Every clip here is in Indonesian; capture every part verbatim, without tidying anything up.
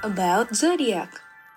about zodiac.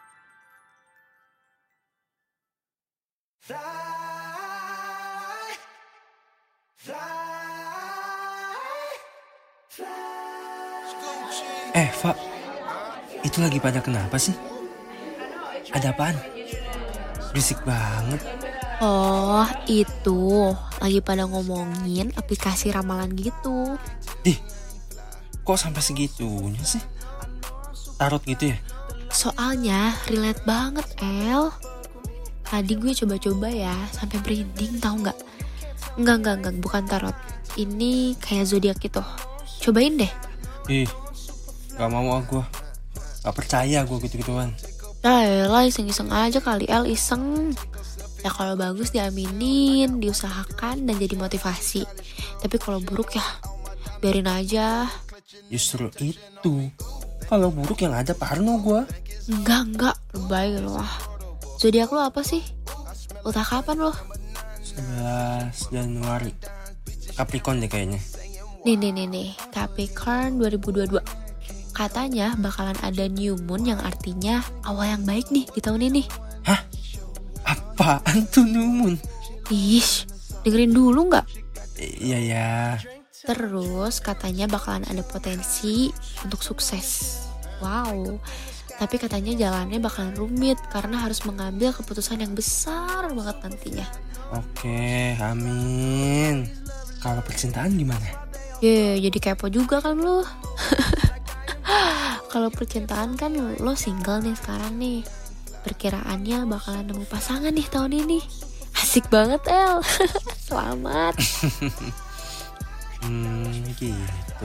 Eh, Fa, itu lagi pada kenapa sih? Ada apaan? Berisik banget. Oh, itu lagi pada ngomongin aplikasi ramalan gitu. Ih, kok sampai segitunya sih? Tarot gitu ya? Soalnya relate banget, El. Tadi gue coba-coba ya, sampai merinding tau gak? Enggak, enggak, enggak, bukan tarot. Ini kayak zodiak gitu. Cobain deh. Ih, gak mau ah gue. Gak percaya gue gitu-gituan. Ya lah, iseng-iseng aja kali, El, iseng. Ya kalau bagus diaminin, diusahakan dan jadi motivasi. Tapi kalau buruk ya biarin aja. Justru itu. Kalau buruk yang ada parno gue. Enggak, enggak, lebay loh. Zodiak lo apa sih? Ultah kapan lo? sebelas Januari. Capricorn deh kayaknya. Nih, nih, nih, nih. Capricorn dua ribu dua puluh dua. Katanya bakalan ada new moon yang artinya awal yang baik nih di tahun ini. Hah? Apaan tuh new moon? Ish, dengerin dulu gak? Iya ya. Terus katanya bakalan ada potensi untuk sukses. Wow. Tapi katanya jalannya bakalan rumit karena harus mengambil keputusan yang besar banget nantinya. Oke, amin. Kalau percintaan gimana? Ye, jadi kepo juga kan lo. Kalau percintaan kan lo single nih sekarang nih. Perkiraannya bakalan nemu pasangan nih tahun ini. Asik banget, El. Selamat. Hmm, gitu.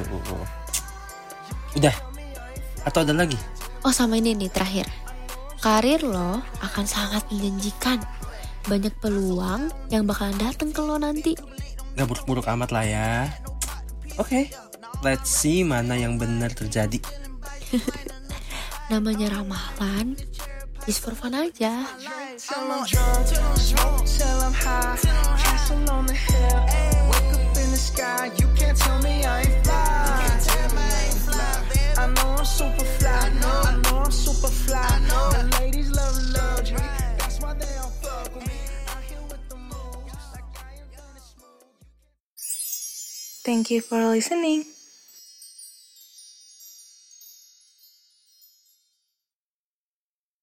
Udah? Atau ada lagi? Oh, sama ini nih terakhir. Karir lo akan sangat menjanjikan. Banyak peluang yang bakalan datang ke lo nanti. Gak buruk-buruk amat lah ya. Oke, okay, let's see mana yang benar terjadi. Namanya ramalan, just for fun aja. Thank you for listening.